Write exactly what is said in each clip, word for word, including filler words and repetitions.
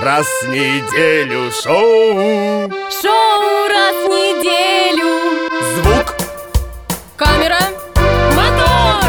раз в неделю шоу. Шоу раз в неделю. Звук. Камера. Мотор.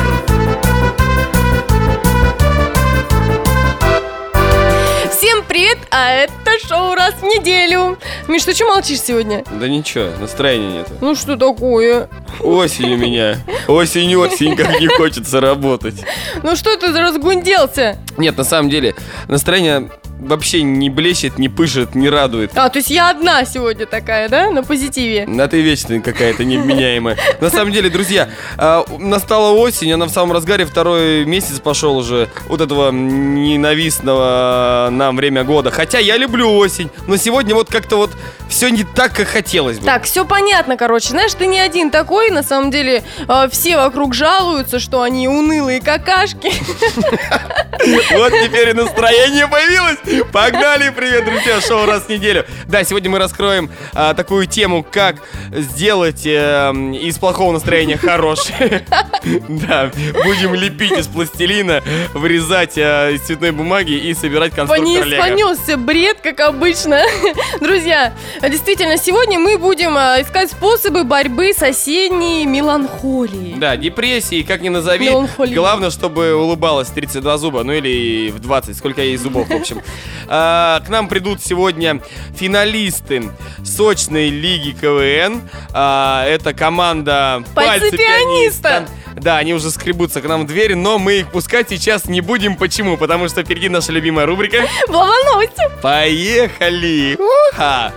Всем привет, а это шоу раз в неделю. Миш, ты что молчишь сегодня? Да ничего, настроения нет. Ну что такое? Осень у меня. Осень-осень, как не хочется работать. Ну что ты разгунделся? Нет, на самом деле, настроение вообще не блещет, не пышет, не радует. А, то есть я одна сегодня такая, да, на позитиве? А ты вечно какая-то невменяемая. На самом деле, друзья, настала осень, она в самом разгаре, второй месяц пошел уже вот этого ненавистного нам время года. Хотя я люблю осень, но сегодня вот как-то вот все не так, как хотелось бы. Так, все понятно, короче. Знаешь, ты не один такой, на самом деле все вокруг жалуются, что они унылые какашки. Вот теперь и настроение появилось. Погнали, привет, друзья, шоу раз в неделю. Да, сегодня мы раскроем а, такую тему, как сделать а, из плохого настроения хорошее. Да, будем лепить из пластилина, вырезать а, из цветной бумаги и собирать конструктор лего. Понесся бред, как обычно. Друзья, действительно, сегодня мы будем а, искать способы борьбы с осенней меланхолией. Да, депрессии, как ни назови. Меланхолия. Главное, чтобы улыбалась тридцать два зуба, ну или в двадцать, сколько есть зубов, в общем. А, к нам придут сегодня финалисты сочной лиги КВН. А, это команда «Пальцы пианиста». Да, они уже скребутся к нам в дверь, но мы их пускать сейчас не будем. Почему? Потому что впереди наша любимая рубрика Бла-бла-новости. Поехали! Уха!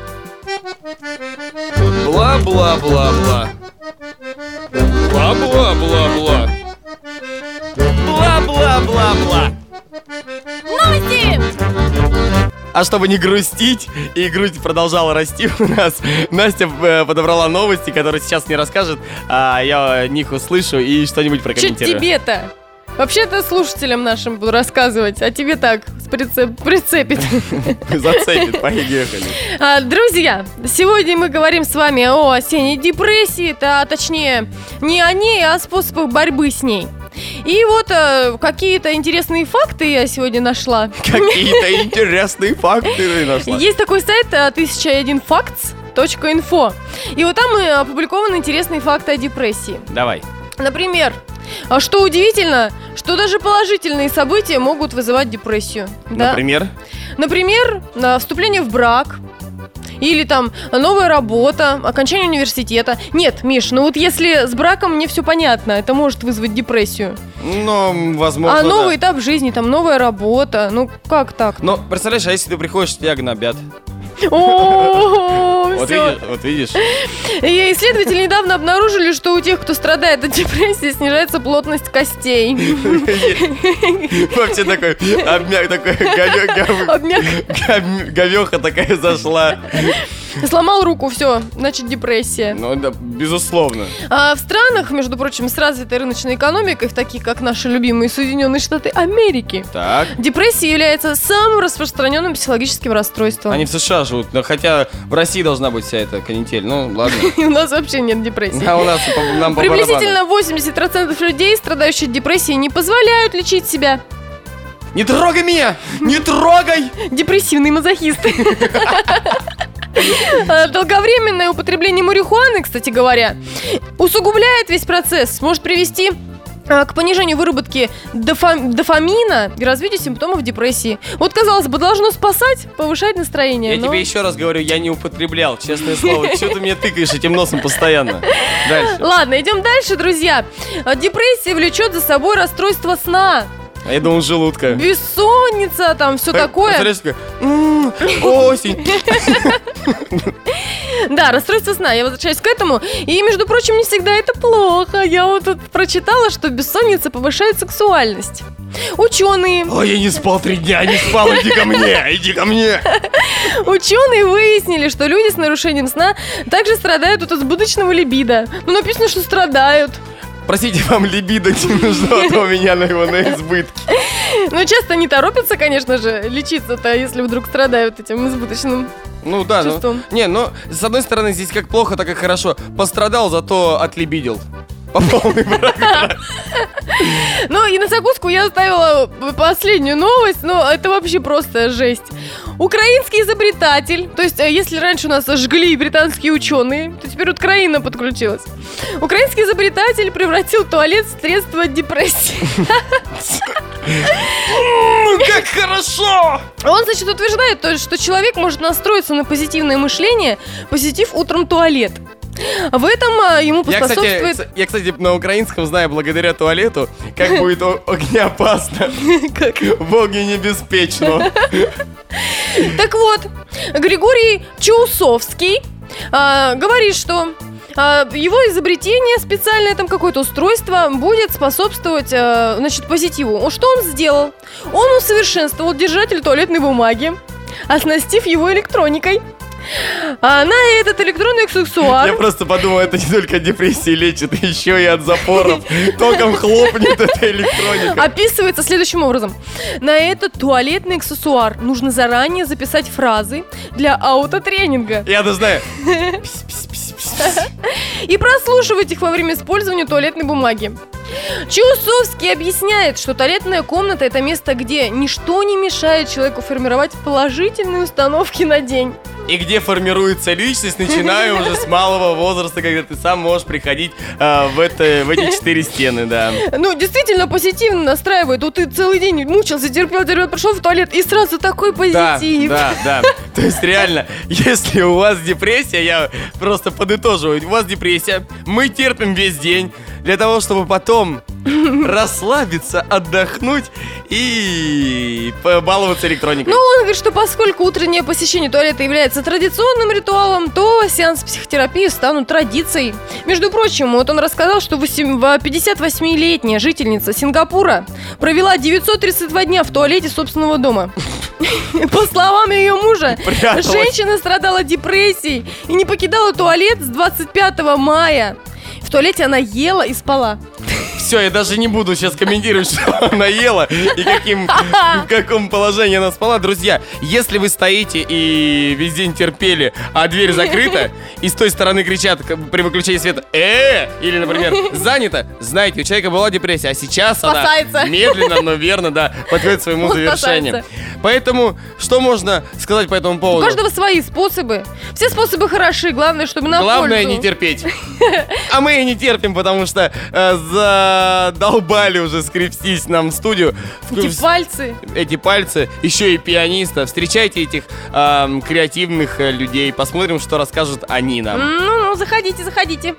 Бла-бла-бла-бла. Бла-бла-бла-бла. Бла-бла-бла-бла. Новости! А чтобы не грустить, и грусть продолжала расти у нас, Настя э, подобрала новости, которые сейчас мне расскажет, а я о них услышу и что-нибудь Чё прокомментирую. тебе-то? Вообще-то слушателям нашим буду рассказывать, а тебе так, с прицеп... прицепит. Зацепит, поехали. А, друзья, сегодня мы говорим с вами о осенней депрессии, а точнее не о ней, а о способах борьбы с ней. И вот э, какие-то интересные факты я сегодня нашла. Какие-то интересные факты ты нашла. Есть такой сайт тысяча один фактс точка инфо. И вот там опубликованы интересные факты о депрессии. Давай. Например, что удивительно, что даже положительные события могут вызывать депрессию. Да? Например? Например, вступление в брак. Или там новая работа, окончание университета. Нет, Миш, ну вот если с браком мне все понятно, это может вызвать депрессию. Ну, возможно, А новый да. этап жизни, там новая работа, ну как так? Но, представляешь, а если ты приходишь, тебя гнобят? О, Вот всё. видишь, вот видишь. И исследователи недавно обнаружили, что у тех, кто страдает от депрессии, снижается плотность костей. Вообще такой обмяк, такой Обмяк. говёха такая зашла. Сломал руку, все, значит депрессия. Ну да, безусловно. А в странах, между прочим, с развитой рыночной экономикой, в таких как наши любимые Соединенные Штаты Америки, Так. депрессия является самым распространенным психологическим расстройством. Они в США живут, но хотя в России должна быть вся эта канитель. Ну, ладно. И у нас вообще нет депрессии. А у нас по- нам по Приблизительно барабану. восемьдесят процентов людей, страдающих депрессией, не позволяют лечить себя. Не трогай меня! Не трогай! Депрессивные мазохисты. Долговременное употребление марихуаны, кстати говоря, усугубляет весь процесс, может привести а, к понижению выработки дофа- дофамина и развитию симптомов депрессии. Вот, казалось бы, должно спасать, повышать настроение. Я но... тебе еще раз говорю, я не употреблял, честное слово. Чего ты меня тыкаешь этим носом постоянно? Дальше. Ладно, идем дальше, друзья. А, Депрессия влечет за собой расстройство сна. А я думал, желудка. Бессонница, там все такое. Представляешь, такое, «М, осень. Да, расстройство сна, я возвращаюсь к этому. И, между прочим, не всегда это плохо. Я вот тут прочитала, что бессонница повышает сексуальность. Ученые, Ой, я не спал три дня, не спал, иди ко мне, иди ко мне. ученые выяснили, что люди с нарушением сна также страдают от избыточного либидо. Ну, написано, что страдают. Простите, вам либидо не нужно, а то у меня на его на избытке. Ну, часто не торопятся, конечно же, лечиться-то, если вдруг страдают этим избыточным Ну да, ну, чувством. не, ну, с одной стороны, здесь как плохо, так и хорошо. Пострадал, зато отлибидил. По полной программе. Ну и на закуску я оставила последнюю новость. Ну, это вообще просто жесть. Украинский изобретатель, то есть, э, если раньше у нас жгли британские ученые, то теперь Украина подключилась. Украинский изобретатель превратил туалет в средство от депрессии. Ну, как хорошо! Он, значит, утверждает, то, что человек может настроиться на позитивное мышление, посетив утром туалет. В этом а, ему Я, поспособствует... кстати, я, кстати, на украинском знаю благодаря туалету, как будет о- огнеопасно. Как? В огне беспечно. Так вот, Григорий Чаусовский а, говорит, что а, его изобретение, специальное там какое-то устройство, будет способствовать, а, значит, позитиву. Что он сделал? Он усовершенствовал держатель туалетной бумаги, оснастив его электроникой. А на этот электронный аксессуар... Я просто подумал, это не только от депрессии лечит, еще и от запоров. Током хлопнет эта электроника. Описывается следующим образом. На этот туалетный аксессуар нужно заранее записать фразы для аутотренинга Я даже знаю. и прослушивать их во время использования туалетной бумаги. Чаусовский объясняет, что туалетная комната – это место, где ничто не мешает человеку формировать положительные установки на день. И где формируется личность, начиная уже с малого возраста, когда ты сам можешь приходить а, в, это, в эти четыре стены, да. Ну, действительно позитивно настраивает. Вот ты целый день мучился, терпел, терпел, пришел в туалет, и сразу такой позитив. Да, да, да. То есть реально, если у вас депрессия, я просто подытоживаю, у вас депрессия, мы терпим весь день для того, чтобы потом расслабиться, отдохнуть и побаловаться электроникой. Ну, он говорит, что поскольку утреннее посещение туалета является традиционным ритуалом, то сеанс психотерапии станут традицией. Между прочим, вот он рассказал, что пятидесятивосьмилетняя жительница Сингапура провела девятьсот тридцать два дня в туалете собственного дома. По словам ее мужа, Пряталась. женщина страдала депрессией и не покидала туалет с двадцать пятого мая. В туалете она ела и спала. Все, я даже не буду сейчас комментировать, что она ела и каким, в каком положении она спала. Друзья, если вы стоите и весь день терпели, а дверь закрыта, и с той стороны кричат как, при выключении света «э!» или, например, «занято», знаете, у человека была депрессия, а сейчас Спасается. она медленно, но верно, да, подходит к своему Он завершению. спасается. Поэтому, что можно сказать по этому У поводу? каждого свои способы. Все способы хороши, главное, чтобы на Главное пользу. не терпеть. А мы и не терпим, потому что э, задолбали уже скрестись нам в студию. Эти пальцы. Эти пальцы, еще и пианиста. Встречайте этих э, креативных э, людей. Посмотрим, что расскажут они нам. Ну-ну, заходите, заходите.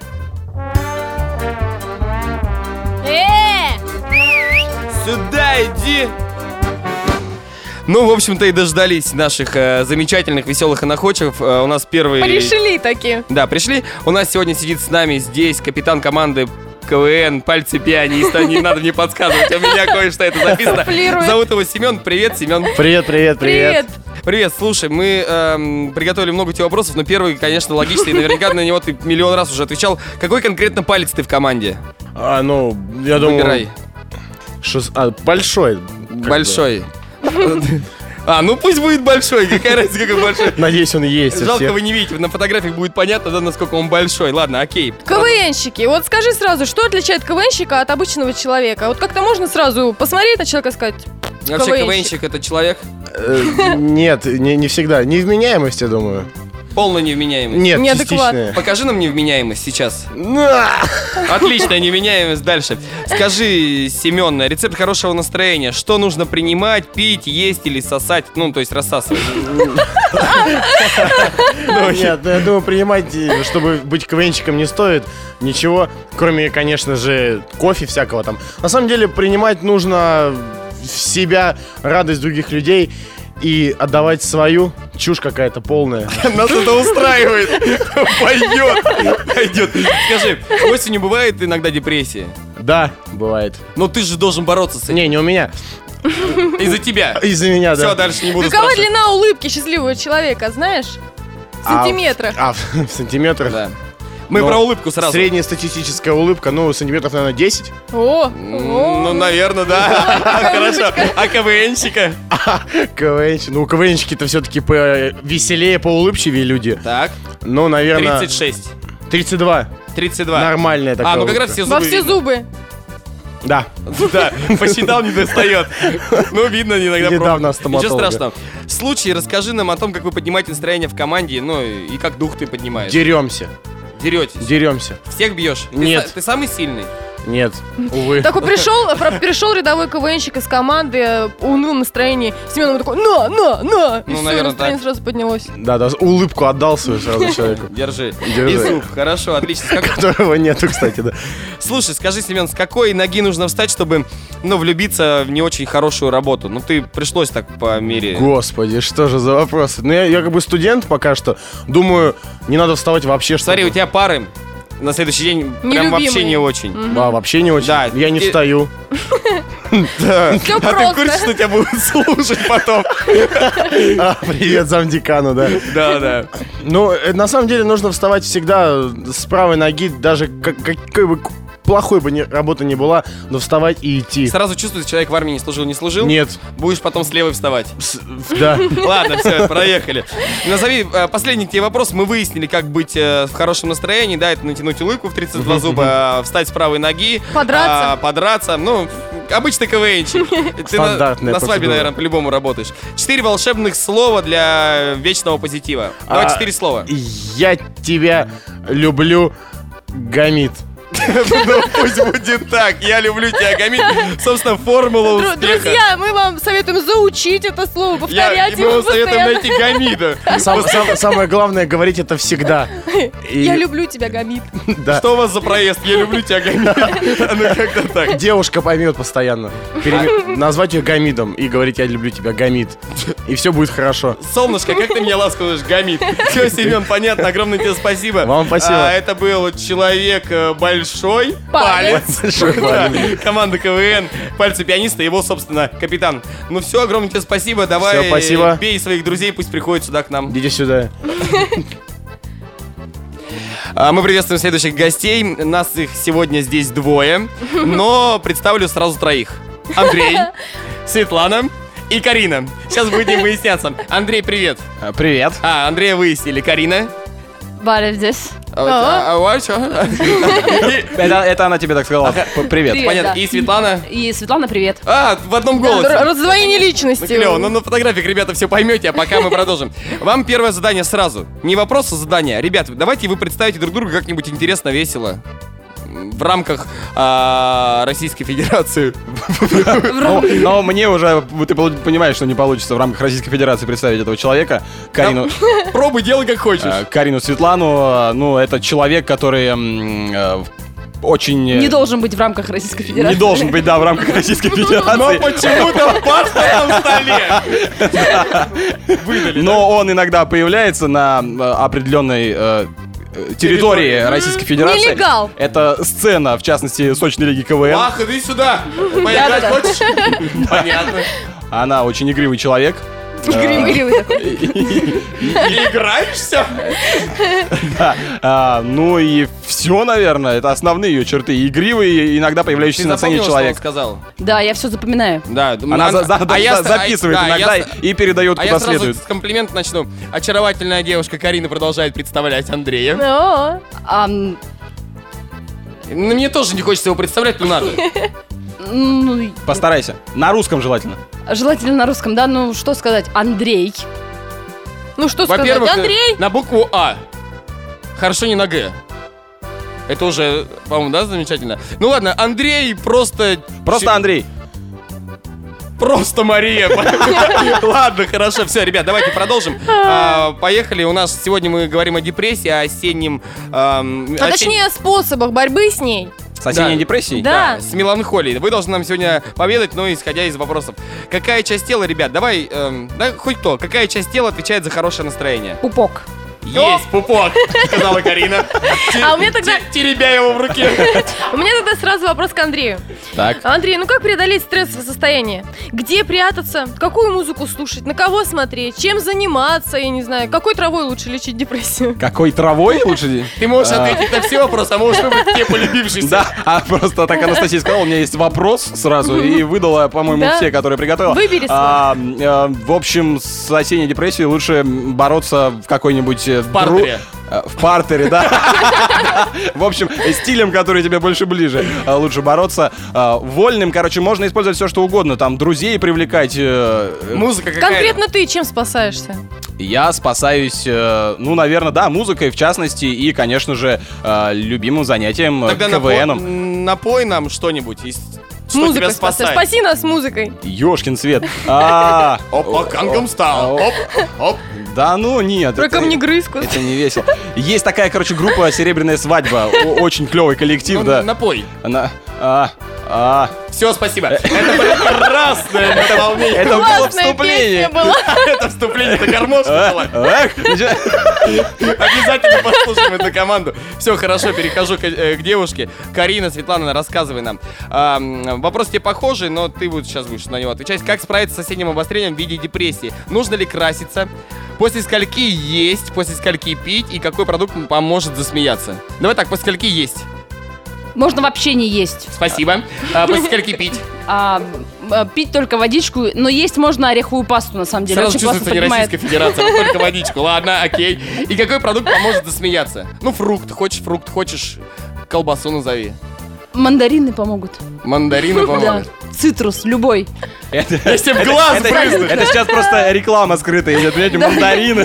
Э! Сюда иди! Ну, в общем-то, и дождались наших э, замечательных, веселых и находчивых. Э, у нас первый... Пришли такие. Да, пришли. У нас сегодня сидит с нами здесь капитан команды КВН, пальцы пианиста. Не надо мне подсказывать, у меня кое-что это записано. Суфлирует. Зовут его Семен. Привет, Семен. Привет, привет, привет. Привет. Привет, слушай, мы эм, приготовили много тебе вопросов, но первый, конечно, логичный. Наверняка на него ты миллион раз уже отвечал. Какой конкретно палец ты в команде? А, ну, я думаю... Выбирай. шест- а, большой. как бы. Большой. А, ну пусть будет большой, какая разница, какой большой. Надеюсь, он есть у Жалко, всех. вы не видите, на фотографиях будет понятно, да, насколько он большой. Ладно, окей. КВНщики. Вот скажи сразу, что отличает КВНщика от обычного человека? Вот как-то можно сразу посмотреть на человека и сказать: Вообще, КВНщик. КВНщик это человек Э, Нет, не, не всегда. Невменяемость, я думаю. полная невменяемость. Нет, Неадекватно. частичная. Покажи нам невменяемость сейчас. На! Отличная невменяемость. Дальше. Скажи, Семен, рецепт хорошего настроения. Что нужно принимать, пить, есть или сосать? Ну, то есть рассасывать. Ну, Нет, ну, я думаю, принимать, э, чтобы быть КВНщиком, не стоит ничего, кроме, конечно же, кофе всякого там. На самом деле, принимать нужно в себя радость других людей и отдавать свою. Чушь какая-то полная. Нас это устраивает. Пойдет. Пойдет. Скажи, осенью бывает иногда депрессия? Да, бывает. Но ты же должен бороться с этим. Не, не у меня. Из-за тебя. Из-за меня, да. Все, дальше не буду Какова спрашивать. длина улыбки счастливого человека, знаешь? В А, сантиметрах. А, в, в сантиметрах? Да. Мы Но про улыбку сразу. Среднестатистическая улыбка, ну, сантиметров, наверное, десять. О, М, Ну, о. наверное, да. Хорошо. А КВНщика? КВНщик. Ну, КВНщики-то все-таки веселее, поулыбчивее люди. Так. Ну, наверное... тридцать шесть. тридцать два. тридцать два. Нормальная такая А, ну как раз улыбка. все зубы Во все видно. зубы. Да. Да, посчитал, не достает. Ну, видно, иногда Недавно пробовал. стоматолога. Ничего страшного. Случай, расскажи нам о том, как вы поднимаете настроение в команде, ну, и как дух ты поднимаешь. Деремся. Деретесь. Деремся. Всех бьешь? Ты Нет. са- Ты самый сильный? Нет, увы. Такой пришел, про- пришел рядовой КВНщик из команды, э, унылом настроении. Семен ему такой, на, на, на! И Ну, все, наверное, настроение так. сразу поднялось. Да, даже улыбку отдал свою сразу человеку. Держи. Держи. И зуб. Хорошо, отлично. Как- Которого нету, кстати, да. Слушай, скажи, Семен, с какой ноги нужно встать, чтобы, ну, влюбиться в не очень хорошую работу? Ну, ты пришлось так по мере... Господи, что же за вопросы? Ну, я, я как бы студент пока что. Думаю, не надо вставать вообще, что Смотри, у тебя пары на следующий день прям Нелюбимые. вообще не очень. А, вообще не очень. Да, Я не ты- встаю. Да. Всё А ты в просто. курсе, что тебя будут слушать потом? А, привет, замдекану, да. Да, да. Ну, э, на самом деле нужно вставать всегда с правой ноги, даже как, какой бы к- плохой бы ни- работа ни была, но вставать и идти. Сразу чувствуется, человек в армии не служил, не служил. Нет. Будешь потом с левой вставать. С- Да. Ладно, все, проехали. Назови э, последний к тебе вопрос. Мы выяснили, как быть э, в хорошем настроении. Да, это натянуть улыбку в тридцать два зуба, а, встать с правой ноги. Подраться. а, Подраться. Ну, обычный КВНчик. Ты на, Стандартная на свадьбе, процедура. наверное, по-любому работаешь. Четыре волшебных слова для вечного позитива. Давай А, четыре слова. Я тебя люблю, гамит. Ну, пусть будет так. Я люблю тебя, Гамит. Собственно, формула Дру- успеха. Друзья, мы вам советуем заучить это слово, Я, повторять мы его вам советуем постоянно. найти Гамида. Сам- сам- Самое главное говорить это всегда. И- Я люблю тебя, Гамит. Да. Что у вас за проезд? Я люблю тебя, Гамид. Ну, как-то так. Девушка поймет постоянно. Переме- Назвать ее гамидом и говорить я люблю тебя, гамид. И все будет хорошо. Солнышко, как ты меня ласково говоришь, Гамид. Все, Семен, понятно, огромное тебе спасибо. Вам спасибо. А, это был человек э, большой Палец. палец. Большой Да, палец. команда КВН, пальцы пианиста, его, собственно, капитан. Ну все, огромное тебе спасибо. Давай Всё, спасибо. бей своих друзей, пусть приходят сюда к нам. Идите сюда. А, Мы приветствуем следующих гостей. Нас их сегодня здесь двое, но представлю сразу троих. Андрей, Светлана и Карина. Сейчас будем выясняться. Андрей, привет. Привет. А, Андрея выяснили. Карина? Валя здесь. А, вот, а, а, вот чё? И- Это, это она тебе так сказала. П- Привет. Привет. Понятно. да. И Светлана? И Светлана, привет. А, в одном Р- голосе. Раздвоение Ну, личности. клево. Ну, на фотографиях, ребята, все поймете, а пока мы продолжим. Вам первое задание сразу. Не вопрос, а задание. Ребят, давайте вы представите друг друга как-нибудь интересно, весело. В рамках а, Российской Федерации. Но, но мне уже, ты полу- понимаешь, что не получится в рамках Российской Федерации представить этого человека. Карину, Пробуй, делай как хочешь. э, Карину Светлану. э, Ну, это человек, который м, э, очень... э, Не должен быть в рамках Российской Федерации. не должен быть, да, в рамках Российской Но Федерации. почему-то паста на столе. Выдали. Но он иногда появляется на э, определенной э, э, территории Российской Федерации. Нелегал. Это сцена, в частности, сочной лиги КВН. Ах, иди сюда. Поиграть Да-да-да. хочешь? Понятно. Она очень игривый человек. Игривый такой. И играешься? Да. А, ну и все, наверное. Это основные ее черты. Игривый, иногда появляющийся Ты на сцене запомнила, что он человек. сказал? Да, я все запоминаю. Да. Она за- за- а я за- с- записывает а, иногда я с- и передает А куда я сразу следует. с комплимента начну. Очаровательная девушка Карина продолжает представлять Андрея. О, А, м, Ну, мне тоже не хочется его представлять, но надо. ну, Постарайся. На русском желательно. желательно на русском, да? Ну, что сказать? Андрей. Ну что сказать, Во-первых, Андрей? на букву А. Хорошо, не на Г. Это уже, по-моему, да, замечательно? Ну ладно, Андрей просто... Просто Ч- Андрей. Просто Мария. Ладно, хорошо, все, ребят, давайте продолжим. А, Поехали. У нас сегодня мы говорим о депрессии, о осеннем... ам, А осень- точнее, о способах борьбы с ней. С осенней Да. депрессией? Да. С меланхолией. Вы должны нам сегодня поведать, но исходя из вопросов. Какая часть тела, ребят, давай, эм, да, хоть кто, какая часть тела отвечает за хорошее настроение? Пупок. Есть, пупок, сказала Карина. Те- А у меня тогда- те- Теребя его в руке. У меня тогда сразу вопрос к Андрею. Так. Андрей, ну как преодолеть стрессовое состояние? Где прятаться? Какую музыку слушать? На кого смотреть? Чем заниматься? Я не знаю. Какой травой лучше лечить депрессию? Какой травой лучше? Ты можешь ответить на все вопросы, а можешь выбрать тебе полюбившийся. Да, а просто так Анастасия сказала, у меня есть вопрос сразу, и выдала, по-моему, Да. все, которые приготовила. Выбери свой. А, э, в общем, с осенней депрессией лучше бороться в какой-нибудь э, В партере. Э, В партере, да. В общем, стилем, который тебе больше ближе, э, лучше бороться. Э, Вольным, короче, можно использовать все, что угодно. Там друзей привлекать. э, э, Музыка какая-то. Конкретно ты чем спасаешься? Я спасаюсь, э, ну, наверное, да, музыкой в частности. И, конечно же, э, любимым занятием э, Тогда напо- КВНом. напой нам что-нибудь, из- что тебя Музыкой спасаешь. спасает. Спаси нас музыкой. Ёшкин свет. А, Опа, Gangnam Style. Оп, оп. Да ну нет. Про это- камнегрызку. Это не весело. Есть такая, короче, группа «Серебряная свадьба». О- Очень клевый коллектив, Ну, да. Напой. Она... А, а. Все, спасибо. Это прекрасное наполнение. Это было Классная вступление. песня была. Это вступление, это гармошка была. Эх, ничего- Обязательно послушаем эту команду. Все, хорошо, перехожу к, э, к девушке. Карина, Светлана, рассказывай нам. А, м, вопрос тебе похожий, но ты вот сейчас будешь на него отвечать. Как справиться с соседним обострением в виде депрессии? Нужно ли краситься? После скольки есть? После скольки пить? И какой продукт поможет засмеяться? Давай так, после скольки есть? Можно вообще не есть. Спасибо. А, после скольки пить? А, а, пить только водичку, но есть можно ореховую пасту, на самом деле. Сразу Очень классно чувствуется не поднимает. Российская Федерация, вот только водичку. Ладно, окей. И какой продукт поможет засмеяться? Ну, фрукт. Хочешь фрукт, хочешь колбасу назови. Мандарины помогут. Мандарины Да. помогут. Цитрус, любой. Это- Я тебе в глаз это- брызну. Это сейчас просто реклама скрытая идет, понимаете, мандарины.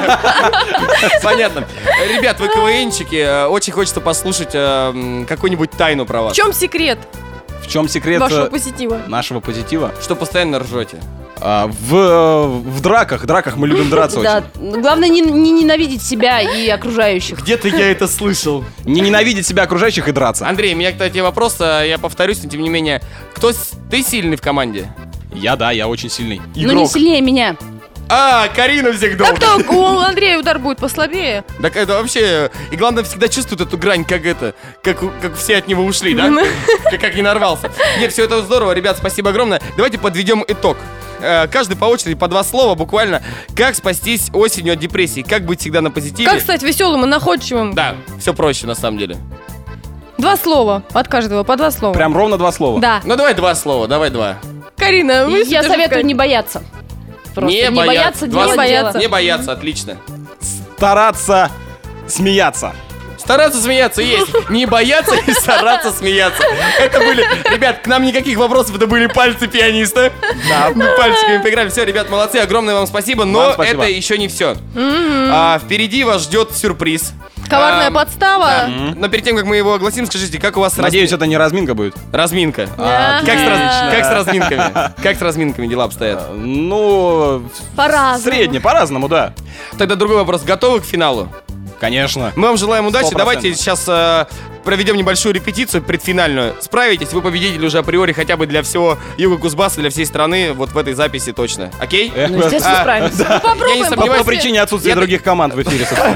Понятно. Ребят, вы КВНчики. э, Очень хочется послушать э, м, какую-нибудь тайну про В вас. чем секрет В чем секрет вашего э, позитива? нашего позитива? Что постоянно ржете. А, В э, в драках, драках мы любим драться Да. очень. Главное не, не ненавидеть себя и окружающих. Где-то я это слышал. Не ненавидеть себя окружающих и драться. Андрей, у меня, кстати, вопрос, э, я повторюсь, но тем не менее. Кто с- ты сильный в команде? Я, да, я очень сильный. Но не сильнее меня. А, Карина всех Так долго. то у Андрея удар будет послабее. Так это вообще... И главное, всегда чувствует эту грань, как это... Как, как все от него ушли, да? Как, как не нарвался. Нет, все это здорово, ребят, спасибо огромное. Давайте подведем итог. Э, Каждый по очереди, по два слова буквально. Как спастись осенью от депрессии? Как быть всегда на позитиве? Как стать веселым и находчивым? Да, все проще на самом деле. Два слова от каждого, по два слова. Прям ровно два слова. Да. Ну давай два слова, давай два. Карина, вы Я что советую сказать? не бояться. Просто Не не, бояться. бояться, Два делать слова. дело. Не бояться, отлично. Стараться смеяться. Стараться смеяться есть. Не бояться и стараться смеяться. Это были... Ребят, к нам никаких вопросов, это были пальцы пианиста. Да. Мы пальчиками поиграли. Все, ребят, молодцы, огромное вам спасибо. Но Вам спасибо. это еще не все. А, впереди вас ждет сюрприз. Коварная А, подстава. да. Но перед тем, как мы его огласим, скажите, как у вас... с Надеюсь, разми- это не разминка будет. Разминка. Да. Как с, раз- Отлично. как с разминками? Как с разминками дела обстоят? Ну, По-разному. средне, по-разному, да. Тогда другой вопрос. Готовы к финалу? Конечно. Мы вам желаем удачи. Сто Давайте процентов. сейчас э, проведем небольшую репетицию предфинальную. Справитесь, вы победитель уже априори хотя бы для всего Юга Кузбасса, для всей страны, вот в этой записи точно. Окей? Эх, Ну, естественно, А, справимся. Ну, Я не попробуем. По, сомневаюсь. по причине отсутствия Я- других команд в эфире, собственно.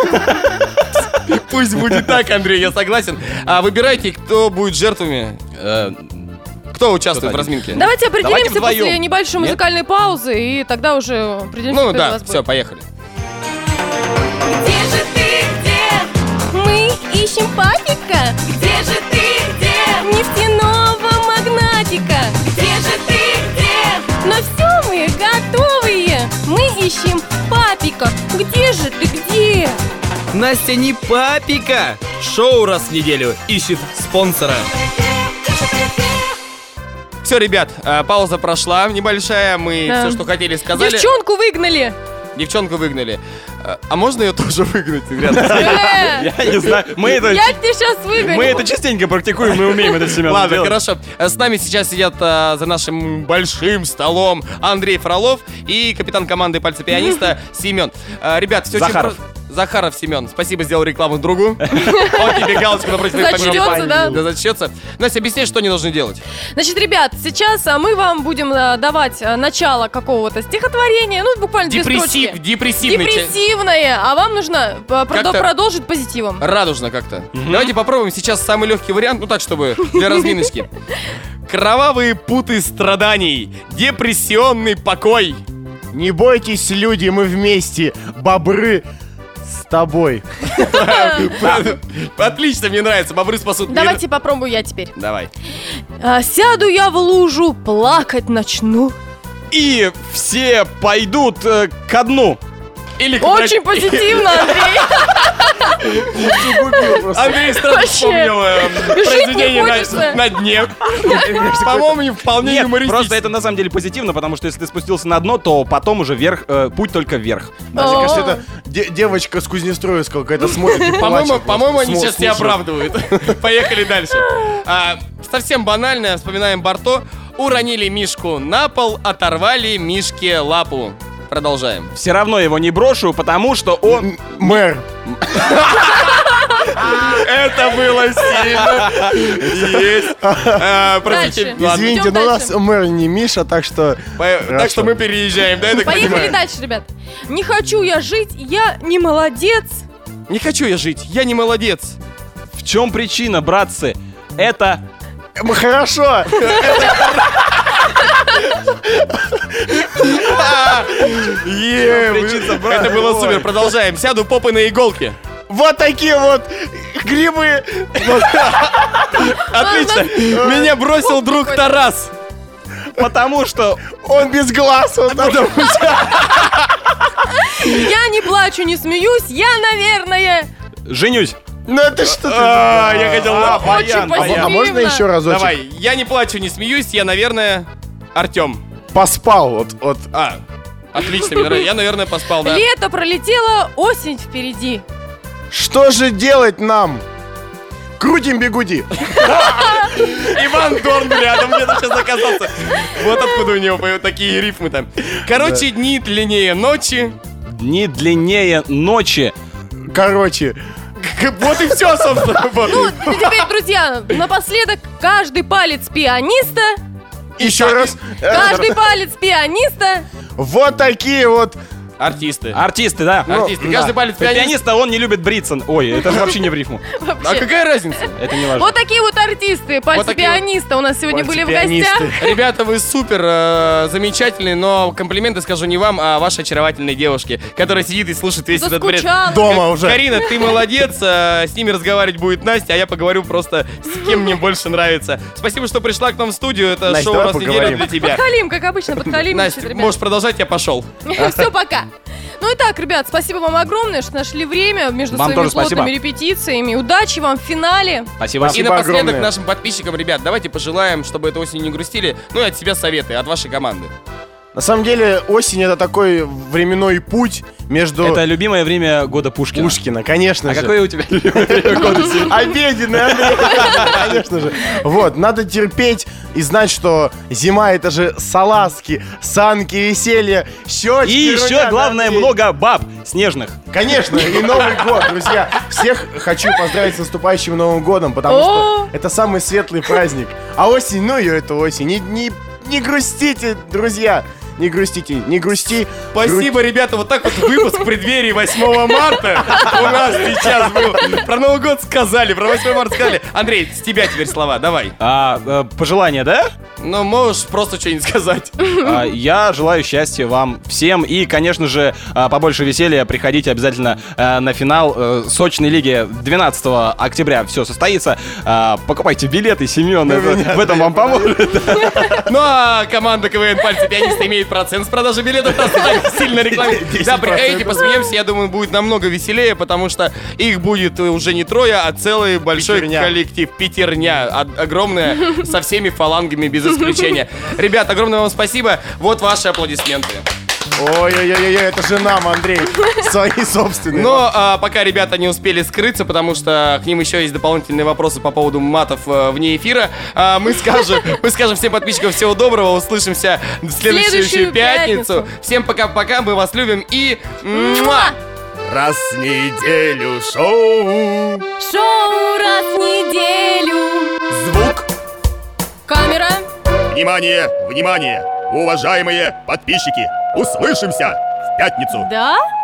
Пусть будет так, Андрей, я согласен. А выбирайте, кто будет жертвами. Э, Кто участвует в Кто-то разминке? Давайте определимся Давайте вдвоем. после небольшой Нет? музыкальной паузы, и тогда уже определимся, Ну кто из да, вас будет. все, поехали. Где же ты, где? Мы ищем папика, Где же ты, где? нефтяного магнатика. Где же ты, где? Но все мы готовые. Мы ищем папика. Где же ты, где? Настя не папика! Шоу раз в неделю ищет спонсора. Все, ребят, э, пауза прошла небольшая. Мы Да. все, что хотели, сказали. Девчонку выгнали. Девчонку выгнали. Э, А можно ее тоже выгнать? ребят? Э, Я не знаю. Мы это, Я тебя сейчас выгоню. мы это частенько практикуем, мы умеем это, Семен, Ладно, делать. хорошо. Э, С нами сейчас сидят э, за нашим большим столом Андрей Фролов и капитан команды пальца пианиста Семен. Э, Ребят, все Захаров. очень просто. Захаров Семен, спасибо, сделал рекламу другу. Он тебе галочку напротив твоей фамилии. Зачтется, да? Да, зачтется. Настя, объясни, что они должны делать. Значит, ребят, сейчас а, мы вам будем а, давать а, начало какого-то стихотворения, ну, буквально две Депрессив, строчки. депрессивный. ча- Депрессивное, а вам нужно а, продо- Как-то- продолжить позитивом. Радужно как-то. Давайте попробуем сейчас самый легкий вариант, ну так, чтобы для разминочки. Кровавые путы страданий, депрессионный покой. Не бойтесь, люди, мы вместе. Бобры с тобой. Отлично, мне нравится, бобры спасут мир. Давайте попробую я теперь. Давай. А, сяду я в лужу, плакать начну. И все пойдут э, ко дну. Или Очень позитивно, Андрей. Андрей сразу Вообще. вспомнил э, Жить произведение не на, хочется. на дне. По-моему, вполне Нет, юмористично. просто это на самом деле позитивно, потому что если ты спустился на дно, то потом уже вверх, э, путь только вверх. Мне кажется, это де- девочка с Кузнестроевского какая-то смотрит и По-моему, плачет по-моему, просто. они Смо- сейчас тебя слушает. оправдывают. Поехали дальше. А, совсем банально, вспоминаем Барто. Уронили Мишку на пол, оторвали Мишке лапу. Продолжаем. Все равно его не брошу, потому что он... М- Мэр. Это было сильно. Есть. А, простите, Дальше. ладно. Извините, идем но у дальше. нас мэр не Миша, так что... По- Так Хорошо. что мы переезжаем, да, я так Поехали понимаю? дальше, ребят. Не хочу я жить, я не молодец. Не хочу я жить, я не молодец. В чем причина, братцы? Это... М, Хорошо. Е, Причина, брат. Это было Ой. супер, продолжаем. Сяду попой на иголки. Вот такие вот грибы. Отлично. Меня бросил друг Тарас. Потому что... Он без глаз. Вот так. Я не плачу, не смеюсь, я, наверное... Женюсь. Ну это что ты? А, я хотел... А, на- баян, Очень баян. А можно еще разочек? Давай, я не плачу, не смеюсь, я, наверное, Артем. Поспал. Вот, вот. А, отлично, мне нравится. Я, наверное, поспал, да. Лето пролетело, осень впереди. Что же делать нам? Крутим бегуди. Иван Дорн рядом где-то сейчас оказался. Вот откуда у него поют такие рифмы там. Короче, дни длиннее ночи. Дни длиннее ночи. Короче. К- Вот и все, собственно. Вот. Ну, теперь, друзья, напоследок, каждый палец пианиста, Еще раз. каждый палец пианиста. Вот такие вот. Артисты. Артисты, да. Артисты. Каждый палец пианиста. Пианиста, он не любит бриться. Ой, это же вообще не в рифму. А Вообще. какая разница? Это не важно. Вот такие вот артисты, пальцы Вот такие вот пианиста у нас сегодня пальцы были в пианисты. гостях. Ребята, вы супер э, замечательные, но комплименты скажу не вам, а вашей очаровательной девушке, которая сидит и слушает весь этот бред. Заскучала. Дома уже. Карина, ты молодец, э, с ними разговаривать будет Настя, а я поговорю просто с кем мне больше нравится. Спасибо, что пришла к нам в студию, это Настя, шоу давай раз в неделю поговорим. для тебя. Подхалим, как обычно, подхалим. Настя, можешь продолжать, я пошел. Все, пока. Ну и так, ребят, спасибо вам огромное, что нашли время между Вам своими тоже спасибо. плотными репетициями. Удачи вам в финале. Спасибо. И Спасибо напоследок огромное. нашим подписчикам, ребят, давайте пожелаем, чтобы эту осень не грустили, ну и от себя советы, от вашей команды. На самом деле осень это такой временной путь между... Это любимое время года Пушкина. Пушкина, конечно А же. какое у тебя любимое время года, Сергей? Обеденный, Андрей. Конечно же. Вот, надо терпеть и знать, что зима это же салазки, санки, веселье, щечки. И еще, румяна, главное, Андрей. много баб снежных. Конечно, и Новый год, друзья. Всех хочу поздравить с наступающим Новым годом, потому О! что это самый светлый праздник. А осень, ну ее это осень. Не, не, не грустите, друзья. Не грустите, не грусти. Спасибо, ребята, вот так вот выпуск в преддверии восьмого марта у нас сейчас был. Про Новый год сказали, про восьмое марта сказали. Андрей, с тебя теперь слова, давай. А, э, пожелания, да? Ну, можешь просто что-нибудь сказать. А, Я желаю счастья вам всем и, конечно же, а, побольше веселья. Приходите обязательно а, на финал э, сочной лиги двенадцатого октября. Все состоится. А, Покупайте билеты, Семен. это- В этом вам поможет. Ну, а команда КВН «Пальцы пианиста» имеет процент с продажи билетов. Нас так сильно рекламирует. Да, приходите, посмеемся. Я думаю, будет намного веселее, потому что их будет уже не трое, а целый большой Пятерня. коллектив. Пятерня. О- Огромная, со всеми фалангами без исключения. Ребят, огромное вам спасибо. Вот ваши аплодисменты. Ой-ой-ой, это же нам, Андрей. Свои собственные. Но а, пока ребята не успели скрыться, потому что к ним еще есть дополнительные вопросы по поводу матов э, вне эфира, а, мы скажем, мы скажем всем подписчикам всего доброго, услышимся в следующую, Следующую пятницу. пятницу. Всем пока-пока, мы вас любим и... муа! Раз в неделю шоу. Шоу раз в неделю. Звук. Камера. Внимание, внимание, уважаемые подписчики. Услышимся в пятницу. Да?